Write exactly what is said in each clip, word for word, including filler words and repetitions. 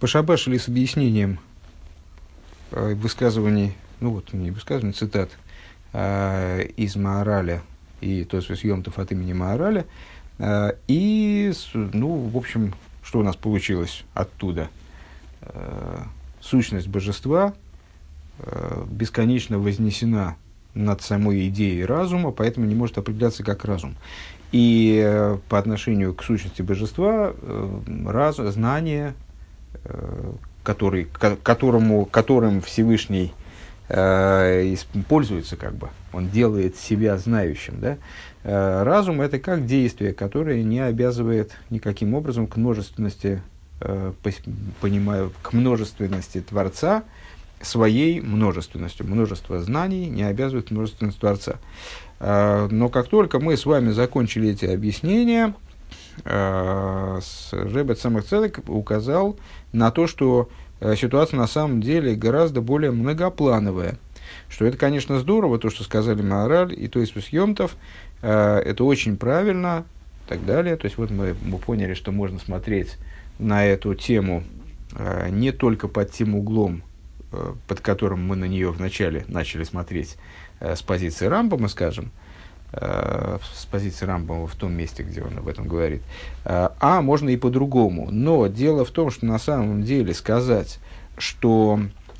Пошабашили с объяснением э, высказываний, ну вот не высказываний, цитат э, из Маораля и Тосфос Йом-Тов от имени Маораля. Э, и, ну, в общем, что у нас получилось оттуда? Э, сущность божества э, бесконечно вознесена над самой идеей разума, поэтому не может определяться как разум. И э, по отношению к сущности божества э, раз, знание, э, который, к, которому, которым Всевышний э, пользуется, как бы, он делает себя знающим. Да? Э, разум – это как действие, которое не обязывает никаким образом к множественности, э, понимаю, к множественности Творца, своей множественностью. Множество знаний не обязывает множественность Творца. Но как только мы с вами закончили эти объяснения, Ребе Цемах Цедек указал на то, что ситуация на самом деле гораздо более многоплановая. Что это, конечно, здорово, то, что сказали Маораль и Тосфос Йом-Тов, это очень правильно, и так далее. То есть вот мы, мы поняли, что можно смотреть на эту тему не только под тем углом, под которым мы на нее вначале начали смотреть э, с позиции Рамбама, скажем, э, с позиции Рамбама в том месте, где он об этом говорит, э, а можно и по-другому. Но дело в том, что на самом деле сказать, что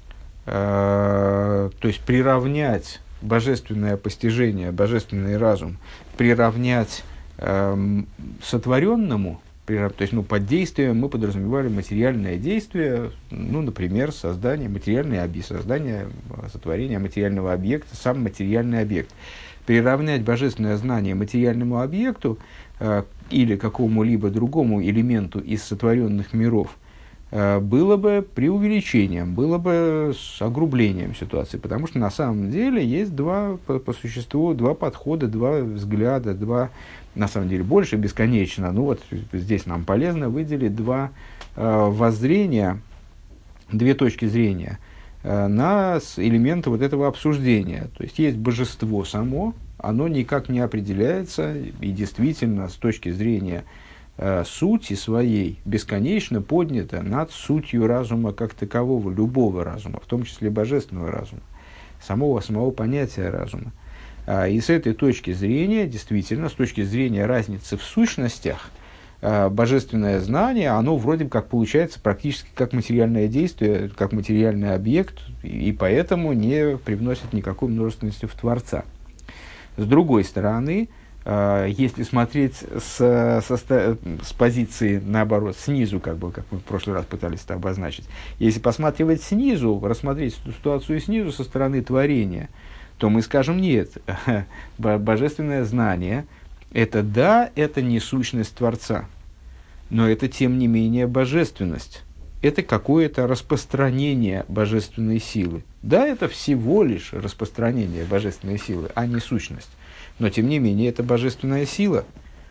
э, то есть приравнять божественное постижение, божественный разум, приравнять э, сотворенному, то есть, ну, под действием мы подразумевали материальное действие, ну, например, создание, материальное объект, создание, сотворение материального объекта, сам материальный объект. Приравнять божественное знание материальному объекту э, или какому-либо другому элементу из сотворенных миров э, было бы преувеличением, было бы с огрублением ситуации, потому что на самом деле есть два, по, по существу, два подхода, два взгляда, два... на самом деле больше, бесконечно. Ну вот здесь нам полезно выделить два э, воззрения, две точки зрения э, на элементы вот этого обсуждения. То есть есть божество само, оно никак не определяется, и действительно с точки зрения э, сути своей бесконечно поднято над сутью разума как такового, любого разума, в том числе божественного разума, самого, самого понятия разума. И с этой точки зрения, действительно, с точки зрения разницы в сущностях, божественное знание, оно вроде как получается практически как материальное действие, как материальный объект, и поэтому не привносит никакой множественности в Творца. С другой стороны, если смотреть с, со, с позиции, наоборот, снизу, как бы, как мы в прошлый раз пытались это обозначить, если посматривать снизу, рассмотреть ситуацию снизу со стороны творения, то мы скажем, нет, божественное знание – это да, это не сущность Творца, но это, тем не менее, божественность. Это какое-то распространение божественной силы. Да, это всего лишь распространение божественной силы, а не сущность. Но, тем не менее, это божественная сила.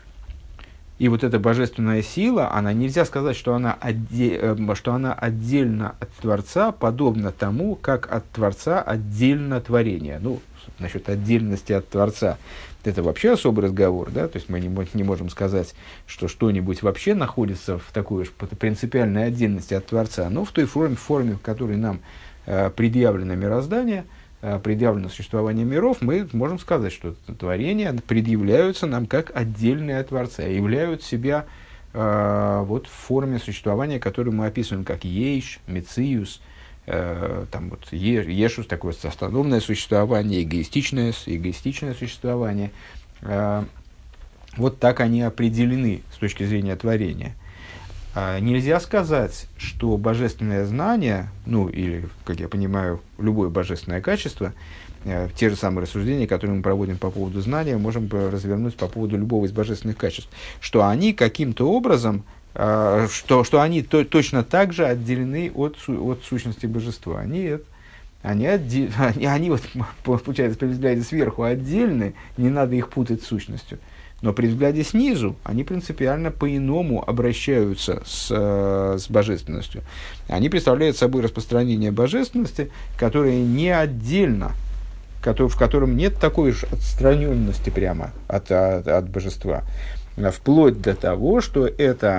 И вот эта божественная сила, она нельзя сказать, что она, отде- что она отдельно от Творца, подобно тому, как от Творца отдельно творение. Ну, насчет отдельности от Творца, это вообще особый разговор, да? То есть мы не, не можем сказать, что что-нибудь вообще находится в такой уж принципиальной отдельности от Творца, но в той форме, форме в которой нам э, предъявлено мироздание, предъявлено существование миров, мы можем сказать, что творения предъявляются нам как отдельные от Творца, являют себя э, вот, в форме существования, которую мы описываем как ейш, мециус, э, там вот е, ешус, такое автономное существование, эгоистичное, эгоистичное существование. Э, вот так они определены с точки зрения творения. Нельзя сказать, что божественное знание, ну или, как я понимаю, любое божественное качество, э, те же самые рассуждения, которые мы проводим по поводу знания, можем развернуть по поводу любого из божественных качеств, что они каким-то образом, э, что, что они то, точно так же отделены от, от сущности божества. Нет. Они, отде- они, они вот, получается, при взгляде сверху отдельны, не надо их путать с сущностью. Но при взгляде снизу они принципиально по-иному обращаются с, э, с божественностью. Они представляют собой распространение божественности, которое не отдельно, который, в котором нет такой же отстраненности прямо от, от, от божества. Вплоть до того, что это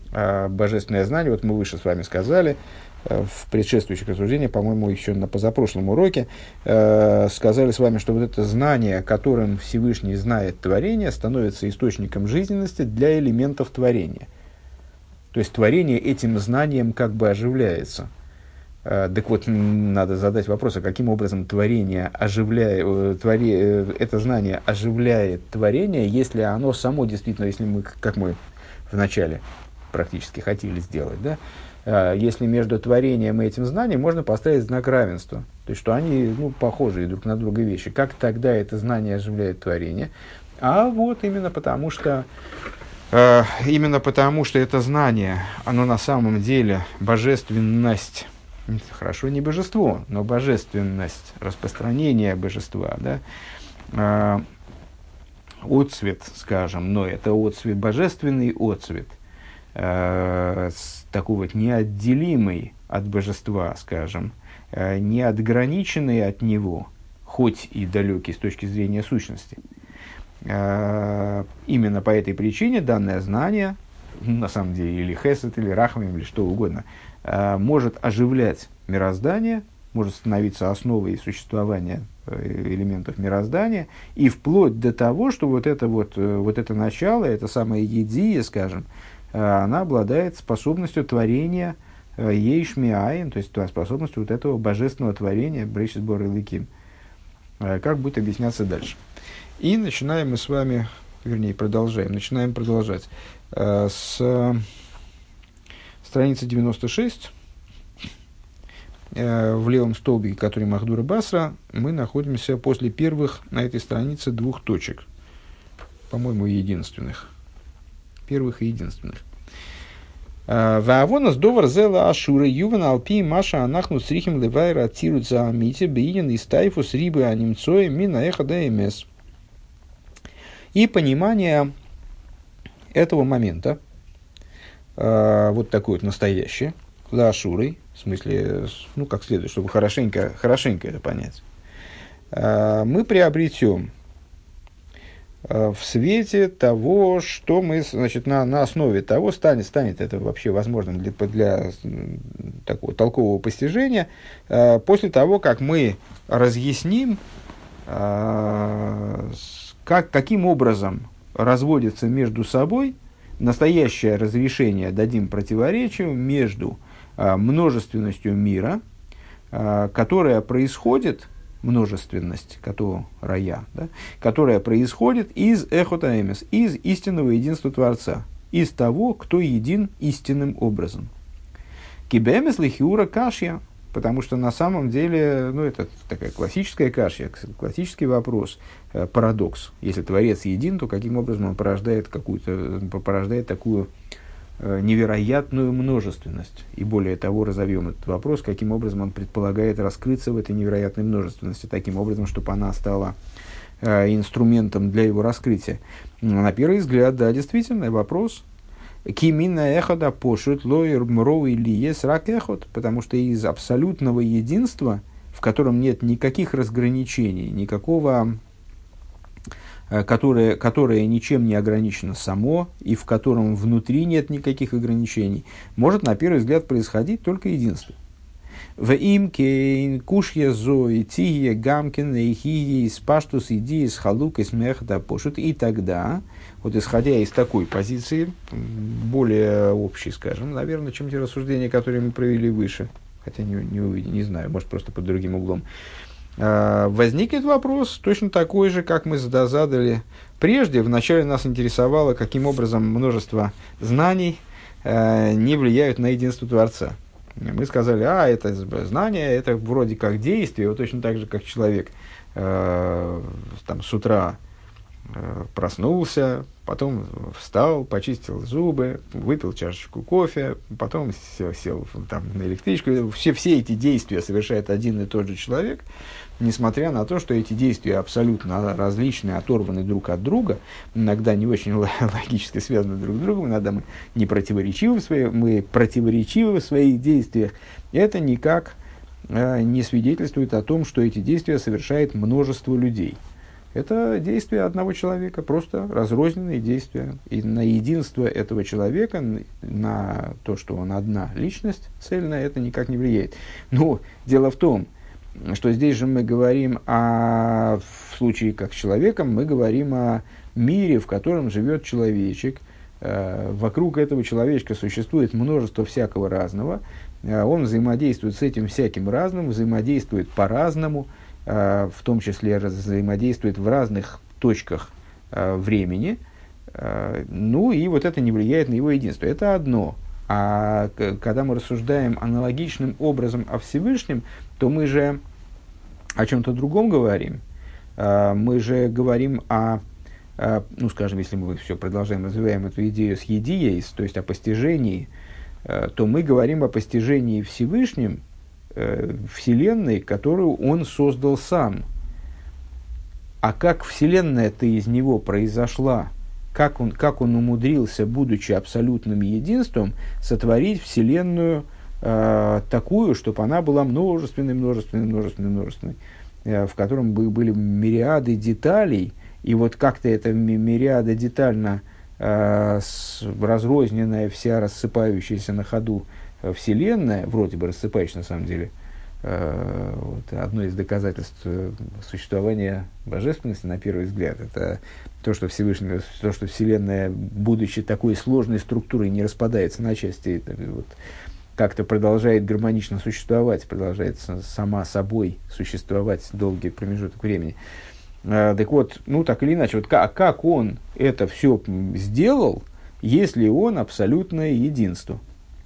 А божественное знание, вот мы выше с вами сказали, в предшествующих рассуждениях, по-моему, еще на позапрошлом уроке, э, сказали с вами, что вот это знание, которым Всевышний знает творение, становится источником жизненности для элементов творения. То есть творение этим знанием как бы оживляется. Э, так вот, надо задать вопрос, а каким образом творение оживляет, э, твори, э, это знание оживляет творение, если оно само действительно, если мы, как мы вначале практически хотели сделать, да, если между творением и этим знанием можно поставить знак равенства, то есть что они, ну, похожие друг на друга вещи, как тогда это знание оживляет творение? А вот именно потому, что э, именно потому, что это знание, оно на самом деле божественность, хорошо, не божество, но божественность, распространение божества, да, э, отцвет, скажем, но это отцвет, божественный отцвет, э, такой вот неотделимый от божества, скажем, э, не отграниченный от него, хоть и далекий с точки зрения сущности. Э, именно по этой причине данное знание, на самом деле, или хесед, или рахамим, или что угодно, э, может оживлять мироздание, может становиться основой существования элементов мироздания, и вплоть до того, что вот это, вот, вот это начало, это самое едие, скажем, она обладает способностью творения ейшми айн, то есть способностью вот этого божественного творения брейшис бор элоким. Как будет объясняться дальше. И начинаем мы с вами, вернее, продолжаем, начинаем продолжать. С страницы девяносто шесть, в левом столбике, который Махдура Басра, мы находимся после первых на этой странице двух точек, по-моему, единственных. Первых и единственных. Ваавонас довар зела ашура юван алпи маша анахну срихим левайра тирут за амите бейн и стайфус рибы анимцоя мина эхо дмс. И понимание этого момента, вот такое вот настоящее, ла ашурой, в смысле, ну, как следует, чтобы хорошенько, хорошенько это понять, мы приобретем в свете того, что мы, значит, на, на основе того, станет, станет это вообще возможным для, для такого толкового постижения, после того, как мы разъясним, как, каким образом разводится между собой настоящее разрешение, дадим противоречию между множественностью мира, которая происходит, множественность, которая, да, которая происходит из эхотаэмес, из истинного единства Творца, из того, кто един истинным образом. Кибемес лихиура кашья, потому что на самом деле, ну, это такая классическая кашья, классический вопрос, э, парадокс. Если Творец един, то каким образом он порождает какую-то, порождает такую невероятную множественность. И более того, разовьем этот вопрос, каким образом он предполагает раскрыться в этой невероятной множественности, таким образом, чтобы она стала э, инструментом для его раскрытия. На первый взгляд, да, действительно, вопрос. Кимина эхода пошут лоир мроу или есть рак эхот, потому что из абсолютного единства, в котором нет никаких разграничений, никакого... Которое, которое ничем не ограничено само, и в котором внутри нет никаких ограничений, может на первый взгляд происходить только единство. В имке кушья зои тие гамкин эйхии спаштус иди из халук из мехда пошут. И тогда, вот исходя из такой позиции, более общей, скажем, наверное, чем те рассуждения, которые мы провели выше, хотя не, не, не знаю, может просто под другим углом, возникнет вопрос, точно такой же, как мы задали прежде. Вначале нас интересовало, каким образом множество знаний э, не влияют на единство Творца. Мы сказали, а, это знание, это вроде как действие, вот точно так же, как человек э, там, с утра э, проснулся, потом встал, почистил зубы, выпил чашечку кофе, потом сел, сел там, на электричку. Все, все эти действия совершает один и тот же человек, несмотря на то, что эти действия абсолютно различные, оторваны друг от друга, иногда не очень логически связаны друг с другом, иногда мы не противоречивы в своих, мы противоречивы в своих действиях, это никак э, не свидетельствует о том, что эти действия совершает множество людей. Это действия одного человека, просто разрозненные действия. И на единство этого человека, на то, что он одна личность цельная, это никак не влияет. Но дело в том, что здесь же мы говорим о, в случае как с человеком, мы говорим о мире, в котором живет человечек. Вокруг этого человечка существует множество всякого разного. Он взаимодействует с этим всяким разным, взаимодействует по-разному, в том числе взаимодействует в разных точках времени. Ну и вот это не влияет на его единство. Это одно. А когда мы рассуждаем аналогичным образом о Всевышнем, то мы же о чем-то другом говорим. Мы же говорим о, ну скажем, если мы все продолжаем, развиваем эту идею с едией, то есть о постижении, то мы говорим о постижении Всевышним Вселенной, которую он создал сам. А как Вселенная-то из него произошла, как он, как он умудрился, будучи абсолютным единством, сотворить Вселенную э, такую, чтобы она была множественной, множественной, множественной, множественной, э, в котором бы были мириады деталей, и вот как-то эта мириада детально э, с, разрозненная, вся рассыпающаяся на ходу Вселенная, вроде бы рассыпающаяся на самом деле, э, вот, одно из доказательств существования божественности, на первый взгляд, это то, что Всевышний, то, что Вселенная, будучи такой сложной структурой, не распадается на части, это, вот, как-то продолжает гармонично существовать, продолжает сама собой существовать долгий промежуток времени. Э, так вот, ну так или иначе, вот как, как он это все сделал, если он абсолютное единство?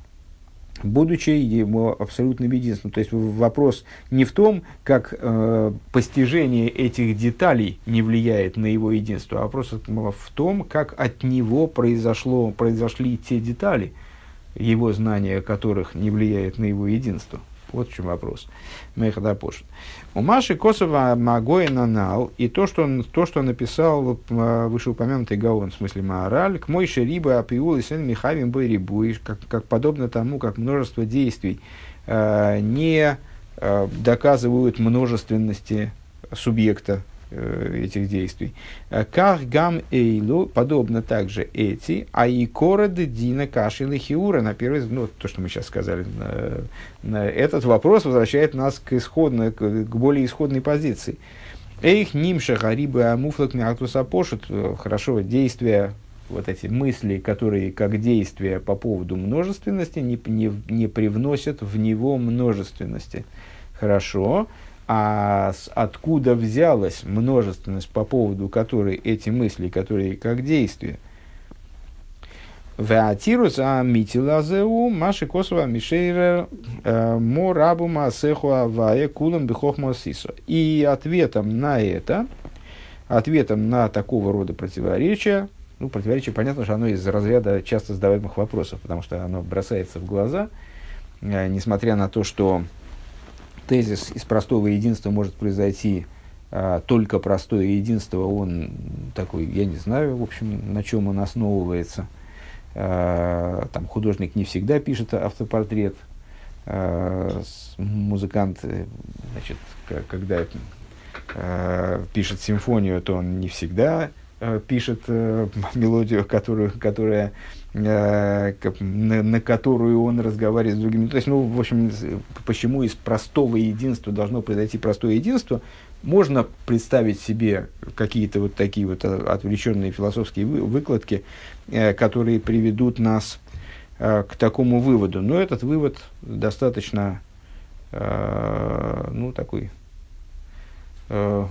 Будучи его абсолютным единством. То есть вопрос не в том, как э, постижение этих деталей не влияет на его единство, а вопрос в том, как от него произошло, произошли те детали, его знание которых не влияет на его единство. Вот в чем вопрос. Мехадапошин. У Маши Косова Магоина Нал, и то, что он, то, что написал вышеупомянутый Гаон, в смысле Маораль, к Мойше Риба Апиул и Сен Михавим Бойрибу, как, как подобно тому, как множество действий э, не э, доказывают множественности субъекта э, этих действий. Как гам эйлу, подобно также эти, а и короды дина каши лихиура, на первый взгляд, ну, то, что мы сейчас сказали, на, на этот вопрос возвращает нас к исходной, к, к более исходной позиции. Эйх нимша гарибы амуфлак миатуса пошут, хорошо, действия, вот эти мысли, которые как действия по поводу множественности, не, не, не привносят в него множественности. Хорошо. А с, откуда взялась множественность, по поводу которой эти мысли, которые как действия? Веатирус амитилазеу маши косова мишейрер мо рабу маасеху авае кулам бихохмасисо. И ответом на это, ответом на такого рода противоречия, ну, противоречие, понятно, что оно из разряда часто задаваемых вопросов, потому что оно бросается в глаза, э, несмотря на то, что тезис из простого единства может произойти а, только простое единство, он такой, я не знаю, в общем, на чем он основывается. А, там художник не всегда пишет автопортрет, а, музыкант, значит, к- когда а, пишет симфонию, то он не всегда а, пишет а, мелодию, которую, которая На, на которую он разговаривает с другими. То есть, ну, в общем, почему из простого единства должно произойти простое единство, можно представить себе какие-то вот такие вот отвлеченные философские вы, выкладки, э, которые приведут нас э, к такому выводу. Но этот вывод достаточно, э, ну, такой, э,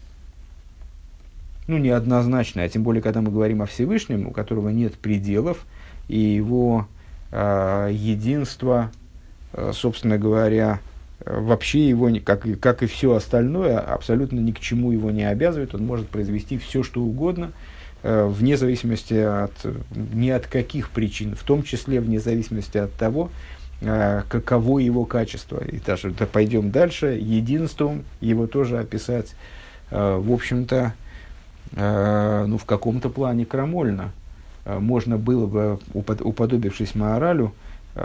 ну, неоднозначный, а тем более, когда мы говорим о Всевышнем, у которого нет пределов, и его э, единство, э, собственно говоря, э, вообще его, как, и- как и все остальное, абсолютно ни к чему его не обязывает. Он может произвести все, что угодно, э, вне зависимости от, ни от каких причин, в том числе вне зависимости от того, э, каково его качество. И даже да, пойдем дальше, единством его тоже описать, э, в общем-то, э, ну, в каком-то плане крамольно. Можно было бы, упод- уподобившись Маоралю,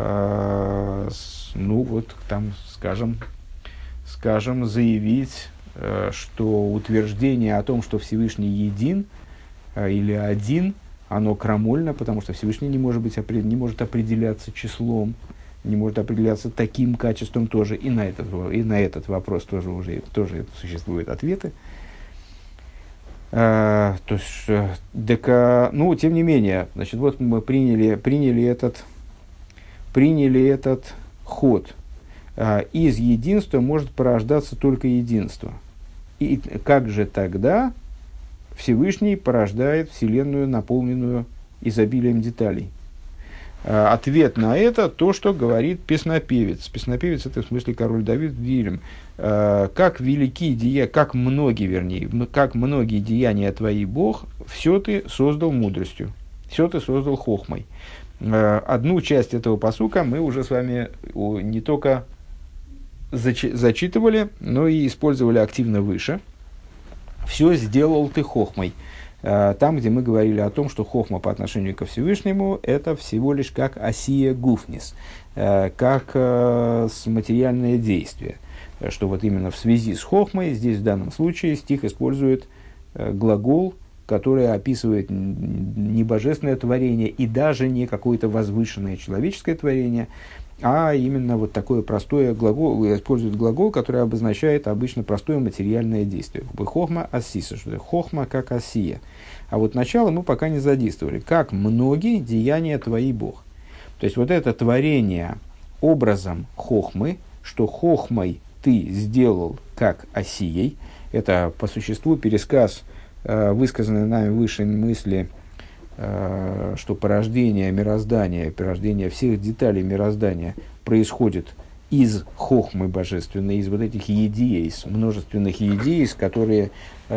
э, с- ну вот там, скажем, скажем, заявить что утверждение о том, что Всевышний един или один, оно крамольно, потому что Всевышний не может, быть, не может определяться числом, не может определяться таким качеством тоже. И на этот, и на этот вопрос тоже уже тоже существуют ответы. А, то есть, так, ну, тем не менее, значит, вот мы приняли, приняли, этот, приняли этот ход. А, из единства может порождаться только единство. И как же тогда Всевышний порождает Вселенную, наполненную изобилием деталей? А, ответ на это то, что говорит песнопевец. Песнопевец — это в смысле король Давид в Дилем. А, как велики деяния, как многие, вернее, как многие деяния твои, Бог, все ты создал мудростью, все ты создал хохмой. А, одну часть этого пасука мы уже с вами не только зачи- зачитывали, но и использовали активно выше. Все сделал ты хохмой. Там, где мы говорили о том, что хохма по отношению ко Всевышнему – это всего лишь как осия гуфнис, как материальное действие. Что вот именно в связи с хохмой, здесь в данном случае стих использует глагол, который описывает не божественное творение и даже не какое-то возвышенное человеческое творение, а именно вот такое простое глагол, использует глагол, который обозначает обычно простое материальное действие. Хохма ассиса, что это хохма как осия. А вот начало мы пока не задействовали. Как многие деяния твои, Бог. То есть вот это творение образом хохмы, что хохмой ты сделал как осией, это по существу пересказ э, высказанной нами выше мысли, что порождение мироздания, порождение всех деталей мироздания происходит из хохмы божественной, из вот этих едиейс, множественных едиейс, которые,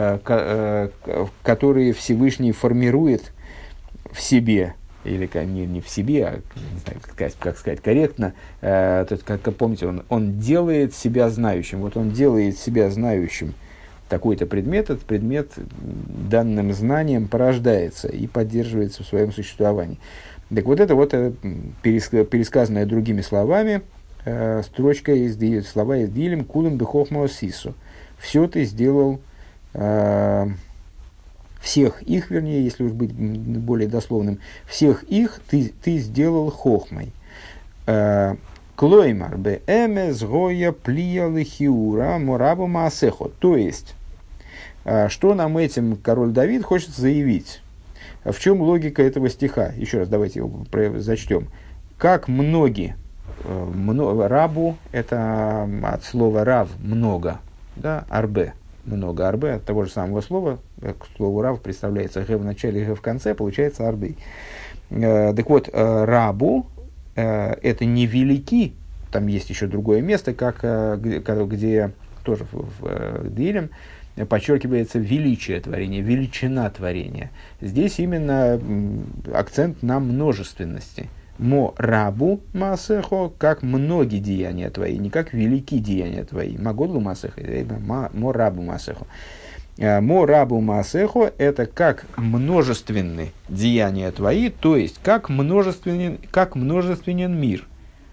которые Всевышний формирует в себе, или не, не в себе, а не знаю, как, как сказать корректно, то есть, как, как помните, он, он делает себя знающим. Вот он делает себя знающим такой-то предмет, этот предмет данным знанием порождается и поддерживается в своем существовании. Так вот это вот пересказанное другими словами, э, строчка из слова из Дилем «Кулем бехохма осису». Все ты сделал, э, всех их, вернее, если уж быть более дословным, всех их ты, ты сделал хохмой. Э, Клоймар бе эмес гоя плия лихиура морабу маасехо. То есть, что нам этим король Давид хочет заявить? В чем логика этого стиха? Еще раз давайте его зачтем. Как многие, много, рабу, это от слова рав, много, да, арбе, много, арбе, от того же самого слова, к слову рав представляется г в начале и г в конце, получается арбей. Так вот, рабу, это не велики, там есть еще другое место, как, где, где тоже в, в Дилем подчеркивается величие творения, величина творения. Здесь именно акцент на множественности. Мо рабу маасехо, как многие деяния твои, не как велики деяния твои. Магодлу маасехо, мо рабу маасехо. Мо рабу маасехо – это как множественные деяния твои, то есть как множественен, как множественен мир.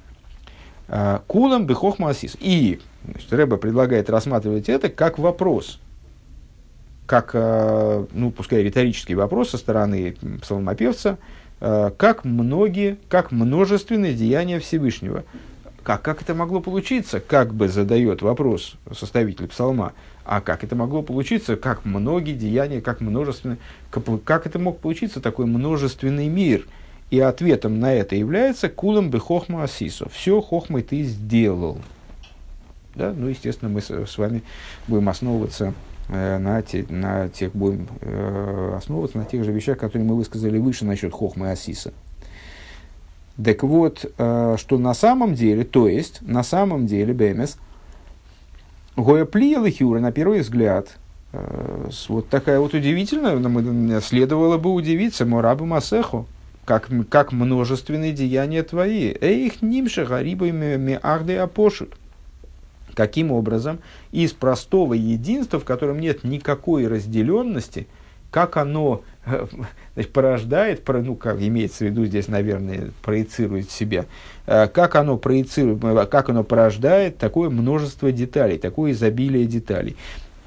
Кулам бехохма асис. И Рэбе предлагает рассматривать это как вопрос, как, ну, пускай риторический вопрос со стороны псалмопевца, как многие, как множественные деяния Всевышнего. Как, как это могло получиться? Как бы задает вопрос составитель псалма. А как это могло получиться? Как многие деяния, как множественные. Как, как это мог получиться такой множественный мир? И ответом на это является кулам бы хохма асисо. Все хохмой ты сделал. Да? Ну, естественно, мы с, с вами будем основываться э, на, те, на тех, будем э, основываться на тех же вещах, которые мы высказали выше насчет хохмы асиса. Так вот, э, что на самом деле, то есть, на самом деле, бэмэс, гоя плия лихиура, на первый взгляд, э, вот такая вот удивительная, следовало бы удивиться, морабу масеху, как, как множественные деяния твои. Эйх нимша гарибами меахды апошут. Каким образом из простого единства, в котором нет никакой разделенности, как оно значит, порождает, ну, как имеется в виду здесь, наверное, проецирует себя, как оно проецирует, как оно порождает такое множество деталей, такое изобилие деталей.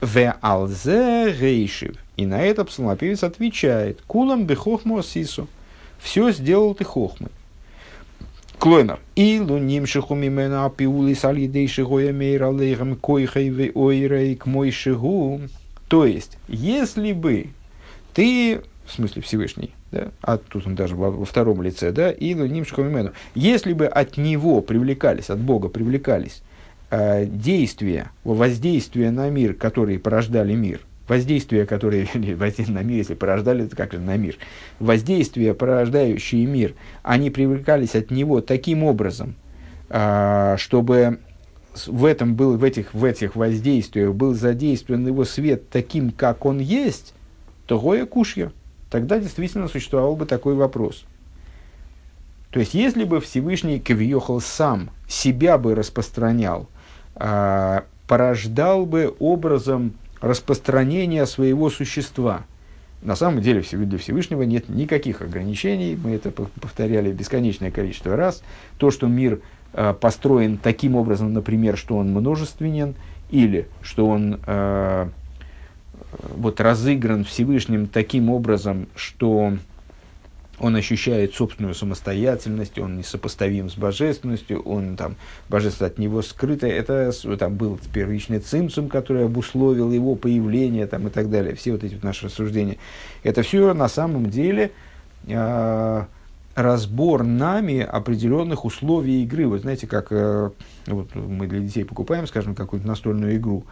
Ве алзе гейшив. И на это псалмопевец отвечает: кулам бе хохмо сису. Все сделал ты хохмой. Клоймер. Илу нимшиху мимена апиули салидейши гоя мейра лейхам койхай ве ойрей к мой шигу. То есть, если бы ты, в смысле Всевышний, да, а тут он даже во, во втором лице, да, илу нимшиху мимену, если бы от него привлекались, от Бога привлекались э, действия, воздействия на мир, которые порождали мир, воздействия, которые воздействие на мир, если порождали, это как же на мир, воздействия, порождающие мир, они привлекались от него таким образом, э, чтобы в, этом был, в, этих, в этих воздействиях был задействован его свет таким, как он есть, то гоя кушья. Тогда действительно существовал бы такой вопрос. То есть, если бы Всевышний кавиохал сам себя бы распространял, э, порождал бы образом распространения своего существа. На самом деле для Всевышнего нет никаких ограничений, мы это повторяли бесконечное количество раз. То, что мир э, построен таким образом, например, что он множественен, или что он э, вот, разыгран Всевышним таким образом, что он ощущает собственную самостоятельность, он несопоставим с божественностью, он, там, божество от него скрыто. Это там, был первичный цимцум, который обусловил его появление там, и так далее. Все вот эти вот наши рассуждения. Это все на самом деле э, разбор нами определенных условий игры. Вы знаете, как э, вот мы для детей покупаем, скажем, какую-то настольную игру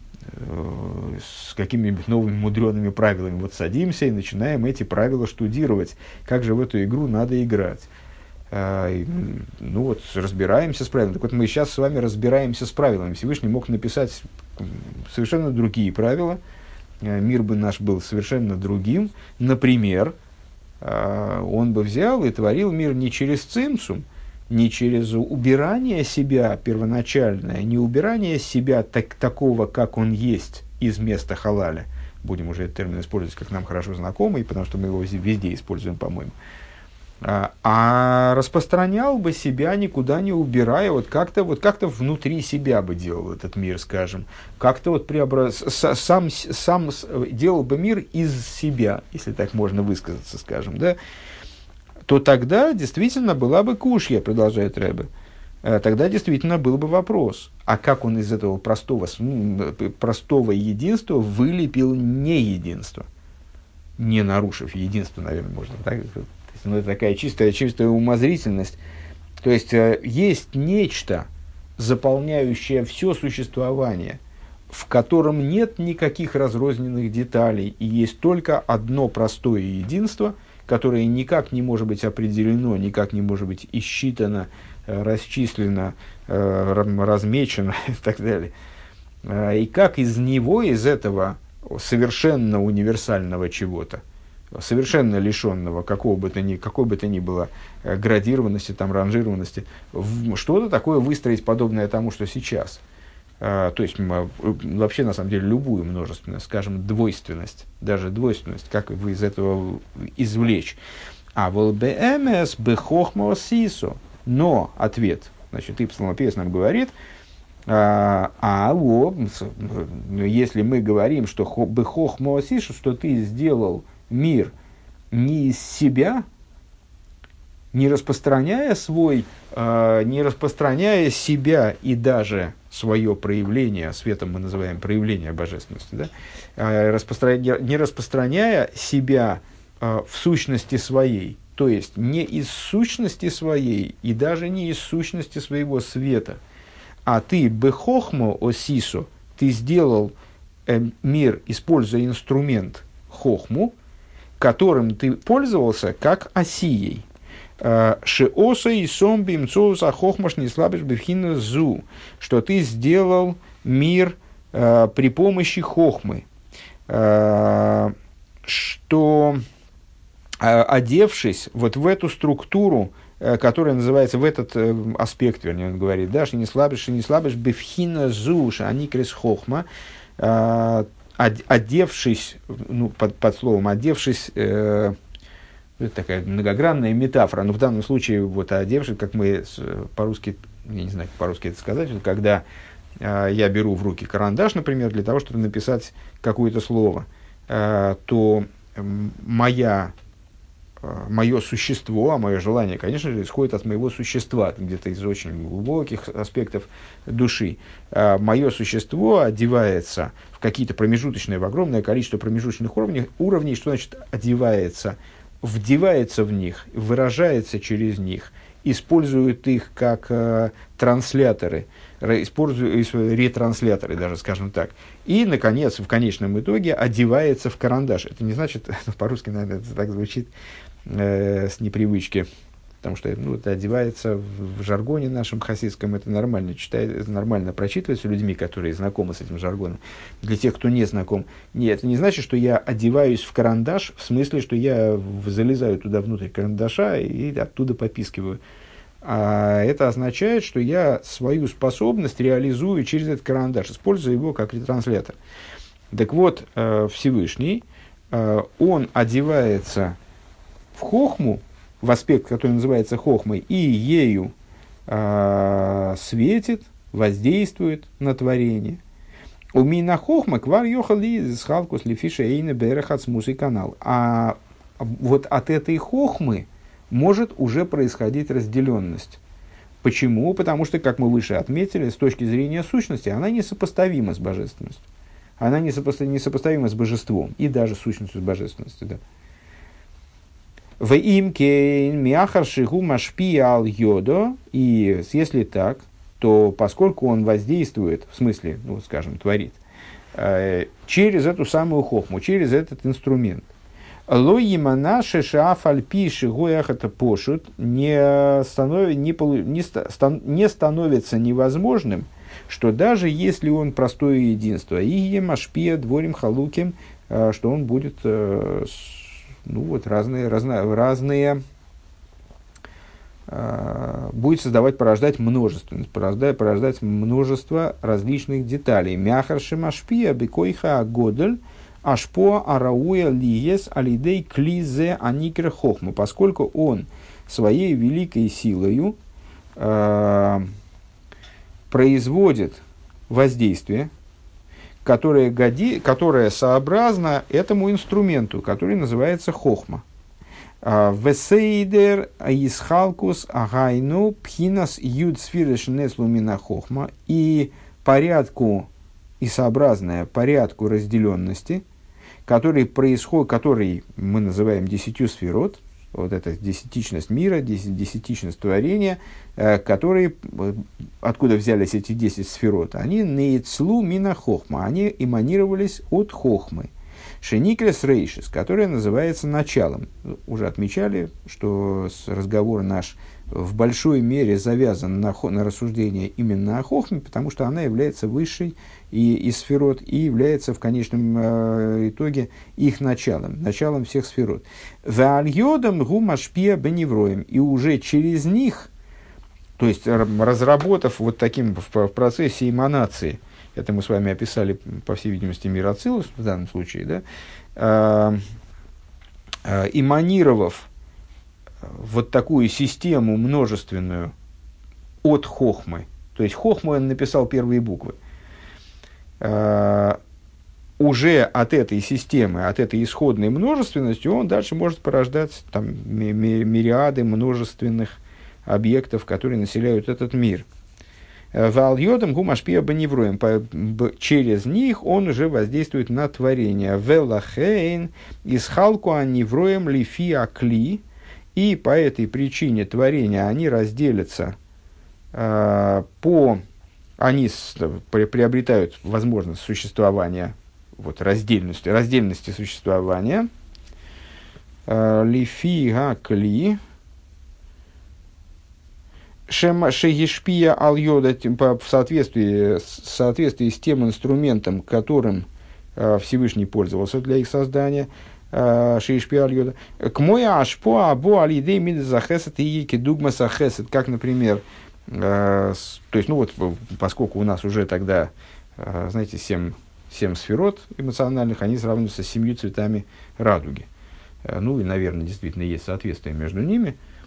с какими-нибудь новыми мудреными правилами. Вот садимся и начинаем эти правила штудировать. Как же в эту игру надо играть? А, ну вот, разбираемся с правилами. Так вот, мы сейчас с вами разбираемся с правилами. Всевышний мог написать совершенно другие правила. Мир бы наш был совершенно другим. Например, он бы взял и творил мир не через цимсум, не через убирание себя первоначальное, не убирание себя так, такого, как он есть, из места халаля. Будем уже этот термин использовать, как нам хорошо знакомый, потому что мы его везде используем, по-моему. А, а распространял бы себя, никуда не убирая, вот как-то, вот как-то внутри себя бы делал этот мир, скажем. Как-то вот преобраз... сам, сам делал бы мир из себя, если так можно высказаться, скажем, да? То тогда действительно была бы кушья, продолжает Ребе. Тогда действительно был бы вопрос, а как он из этого простого, простого единства вылепил неединство, не нарушив единство, наверное, можно так сказать. Ну, это такая чистая, чистая умозрительность. То есть, есть нечто, заполняющее все существование, в котором нет никаких разрозненных деталей, и есть только одно простое единство, которое никак не может быть определено, никак не может быть исчитано, расчислено, размечено и так далее. И как из него, из этого совершенно универсального чего-то, совершенно лишенного какого бы то ни, какой бы то ни было градированности, там, ранжированности, что-то такое выстроить, подобное тому, что сейчас. То есть, вообще, на самом деле, любую множественность, скажем, двойственность, даже двойственность, как вы из этого извлечь. А волбеэмес бехохмо сисо. Но ответ, значит, и псалмопевец нам говорит, а, а о, если мы говорим, что бехохмо сисо, что ты сделал мир не из себя, не распространяя свой, э, не распространяя себя и даже свое проявление, светом мы называем проявление божественности, да? э, распространя, не распространяя себя э, в сущности своей, то есть не из сущности своей и даже не из сущности своего света, а ты бехохмо осисо, ты сделал э, мир, используя инструмент хохму, которым ты пользовался как осией. Шеоса и сомби мцоуса хохмаш не слабишь бифхина зу, что ты сделал мир э, при помощи хохмы, э, что э, одевшись вот в эту структуру, э, которая называется, в этот э, аспект, вернее, он говорит, да, что не слабишь, не слабишь бифхина зу, что они крес хохма, э, одевшись, ну, под, под словом одевшись, э, это такая многогранная метафора, но в данном случае, вот, одевшись, как мы по-русски, я не знаю, как по-русски это сказать, когда я беру в руки карандаш, например, для того, чтобы написать какое-то слово, то моя, мое существо, а мое желание, конечно же, исходит от моего существа, где-то из очень глубоких аспектов души. Мое существо одевается в какие-то промежуточные, в огромное количество промежуточных уровней. уровней. Что значит одевается? Вдевается в них, выражается через них, использует их как э, трансляторы, использует ретрансляторы даже, скажем так. И, наконец, в конечном итоге одевается в карандаш. Это не значит, по-русски, наверное, это так звучит э, с непривычки, потому что ну, это одевается в, в жаргоне нашем хасидском, это нормально, читает, это нормально прочитывается людьми, которые знакомы с этим жаргоном. Для тех, кто не знаком, нет, это не значит, что я одеваюсь в карандаш, в смысле, что я залезаю туда внутрь карандаша и оттуда попискиваю. А это означает, что я свою способность реализую через этот карандаш, используя его как ретранслятор. Так вот, Всевышний, он одевается в хохму, в аспект, который называется хохмой, и ею э, светит, воздействует на творение. У мина хохма квар йохали схалкус лифиша эйна берехат смусый канал. А вот от этой хохмы может уже происходить разделенность. Почему? Потому что, как мы выше отметили, с точки зрения сущности, она несопоставима с божественностью. Она несопоставима, несопоставима с божеством и даже сущностью с божественностью. Да. В имке мяхаршиху машпиал йодо, и если так, то поскольку он воздействует, в смысле, ну, скажем, творит, э, через эту самую хохму, через этот инструмент, лоимана шешаф альпи шигояхата пошут не, станов, не, полу, не, стан, не становится невозможным, что даже если он простое единство, и машпия дворим халуким, э, что он будет э, ну вот, разные, разные, разные э, будет создавать, порождать множественность, порождать, порождать множество различных деталей. Мяхар шимашпия бекойха годель ашпо арауя лиес алидей клизе аникер хохму, поскольку он своей великой силою э, производит воздействие, которое, годи, которое сообразно этому инструменту, который называется хохма. Весейдер исхалкус агайну пхинас юд сфиреш неслумина хохма, и порядку, и сообразное порядку разделенности, который происходит, который мы называем десятью сферот, вот эта десятичность мира, десятичность творения, э, которые, откуда взялись эти десять сферот, они нейцлу мина хохма, они эманировались от хохмы. Шеникрес рейшис, которая называется началом. Уже отмечали, что разговор наш в большой мере завязан на, на рассуждение именно о хохме, потому что она является высшей и, из сферот и является в конечном э, итоге их началом, началом всех сферот. Ваальйодам гумашпия беневроем, и уже через них, то есть разработав вот таким в, в процессе эманации, это мы с вами описали, по всей видимости, мир Ацилус в данном случае, да, э, э, эманировав вот такую систему множественную от хохмы, то есть хохму он написал первые буквы, э, уже от этой системы, от этой исходной множественности он дальше может порождать там, ми- ми- мириады множественных объектов, которые населяют этот мир. Вальйодам гумашпия беневроем, через них он уже воздействует на творение. Велахейн исхалку невроем лифи акли, и по этой причине творения они разделятся э, по, они с, при, приобретают возможность существования, вот, раздельности, раздельности существования. Лифи акли шегишпия аль-йода, в соответствии, в соответствии с тем инструментом, которым э, Всевышний пользовался для их создания, шегишпия аль-йода, к моя ашпо або алидей мид захесет и кедугма сахесет, как, например, э, с, то есть, ну вот, поскольку у нас уже тогда, э, знаете, семь, семь сферот эмоциональных, они сравниваются с семью цветами радуги. Э, ну и, наверное, действительно есть соответствие между ними.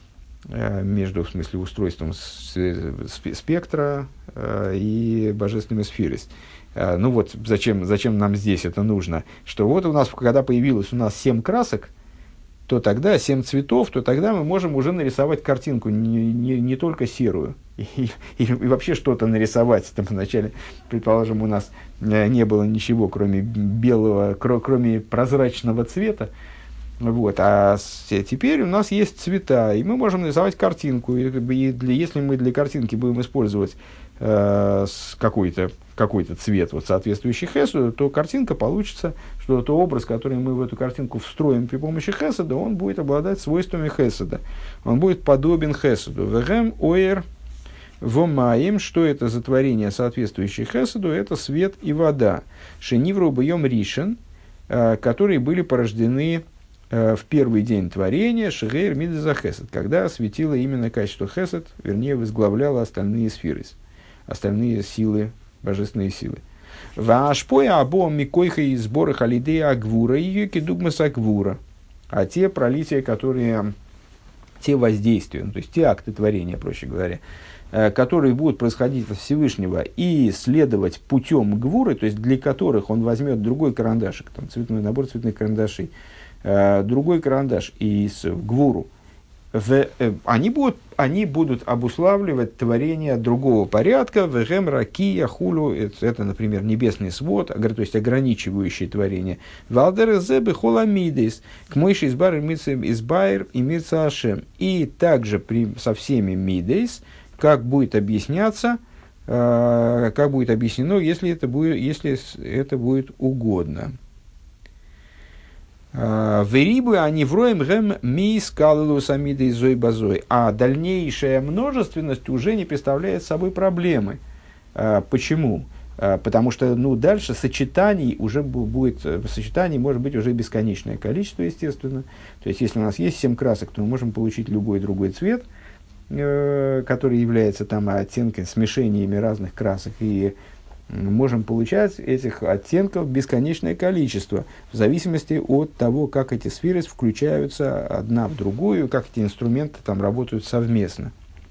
э, между, в смысле, устройством с, с, спектра э, и божественными сферой. Э, ну вот, зачем, зачем нам здесь это нужно? Что вот у нас, когда появилось у нас семь красок, то тогда семь цветов, то тогда мы можем уже нарисовать картинку, не, не, не только серую. И, и, и вообще что-то нарисовать. Там вначале, предположим, у нас не было ничего, кроме белого, кро, кроме прозрачного цвета. Вот. А с, теперь у нас есть цвета, и мы можем нарисовать картинку. И, и для, если мы для картинки будем использовать э, какой-то, какой-то цвет, вот, соответствующий хесуду, то картинка получится, что то образ, который мы в эту картинку встроим при помощи хесуда, он будет обладать свойствами хесуда. Он будет подобен хесуду. Вегем оэр вомаим, что это за творение, соответствующее хесуду, это свет и вода. Шенивру бьем ришен, э, которые были порождены в первый день творения Шигейр Мидза Хесед, когда осветило именно качество Хесед, вернее, возглавляло остальные сферы, остальные силы, божественные силы. Вашпоя або микойха и сборы халидея агвура и кедугмас агвура. А те пролития, которые, те воздействия, ну, то есть те акты творения, проще говоря, которые будут происходить от Всевышнего и следовать путем гвуры, то есть для которых он возьмет другой карандашик, там, цветной набор цветных карандашей, другой карандаш и с гвуру, в, э, они, будут, они будут обуславливать творение другого порядка, вегем ракия хулу, это, это, например, небесный свод, то есть ограничивающее творение, валдер зебе холамидес, к мойши избар избайр и мирца ашем. И также при, со всеми мидейс, как будет объясняться, э, как будет объяснено, если это будет, если это будет угодно. Верибы они вроем гэм ми скалылу самидой зой базой. А дальнейшая множественность уже не представляет собой проблемы. Почему? Потому что ну, дальше сочетаний уже будет, сочетаний может быть уже бесконечное количество, естественно. То есть, если у нас есть семь красок, то мы можем получить любой другой цвет, который является там оттенками, смешениями разных красок. И можем получать этих оттенков бесконечное количество, в зависимости от того, как эти сферы включаются одна в другую, как эти инструменты там работают совместно.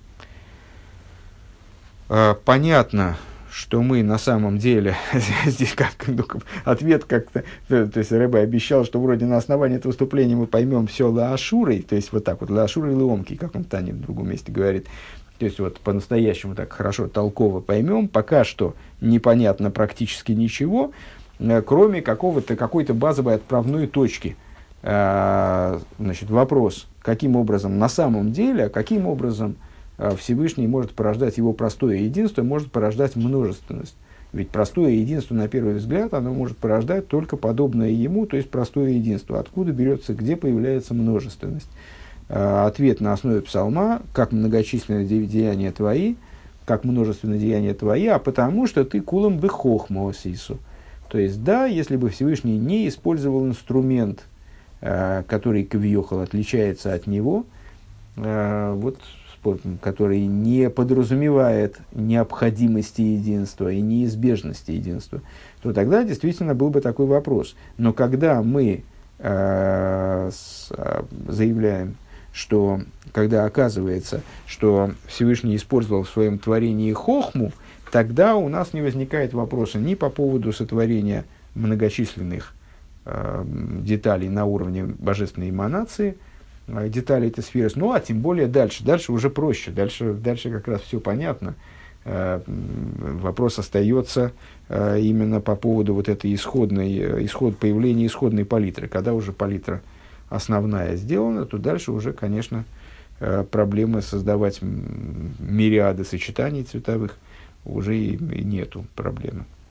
Понятно, что мы на самом деле, здесь как, ответ как-то, то, то есть Рэбе обещал, что вроде на основании этого выступления мы поймем все лаашурой, то есть вот так вот, лаашурой ломки, как он Тане в другом месте говорит. То есть, вот по-настоящему так хорошо, толково поймем, пока что непонятно практически ничего, э, кроме какого-то, какой-то базовой отправной точки. Э, значит, вопрос, каким образом на самом деле, каким образом э, Всевышний может порождать его простое единство, может порождать множественность. Ведь простое единство, на первый взгляд, оно может порождать только подобное ему, то есть простое единство. Откуда берется, где появляется множественность? Ответ на основе псалма, как многочисленные деяния твои, как множественные деяния твои, а потому что ты кулам бы хохма осису. То есть, да, если бы Всевышний не использовал инструмент, который кавьехал отличается от него, вот, который не подразумевает необходимости единства и неизбежности единства, то тогда действительно был бы такой вопрос. Но когда мы э, с, заявляем, что когда оказывается, что Всевышний использовал в своем творении хохму, тогда у нас не возникает вопроса ни по поводу сотворения многочисленных э, деталей на уровне божественной эманации, э, деталей этой сферы, ну а тем более дальше. Дальше уже проще, дальше, дальше как раз все понятно. Э, вопрос остается э, именно по поводу вот этой исходной, исход, появления исходной палитры. Когда уже палитра основная сделана, то дальше уже, конечно, проблемы создавать мириады сочетаний цветовых уже и, и нету проблемы.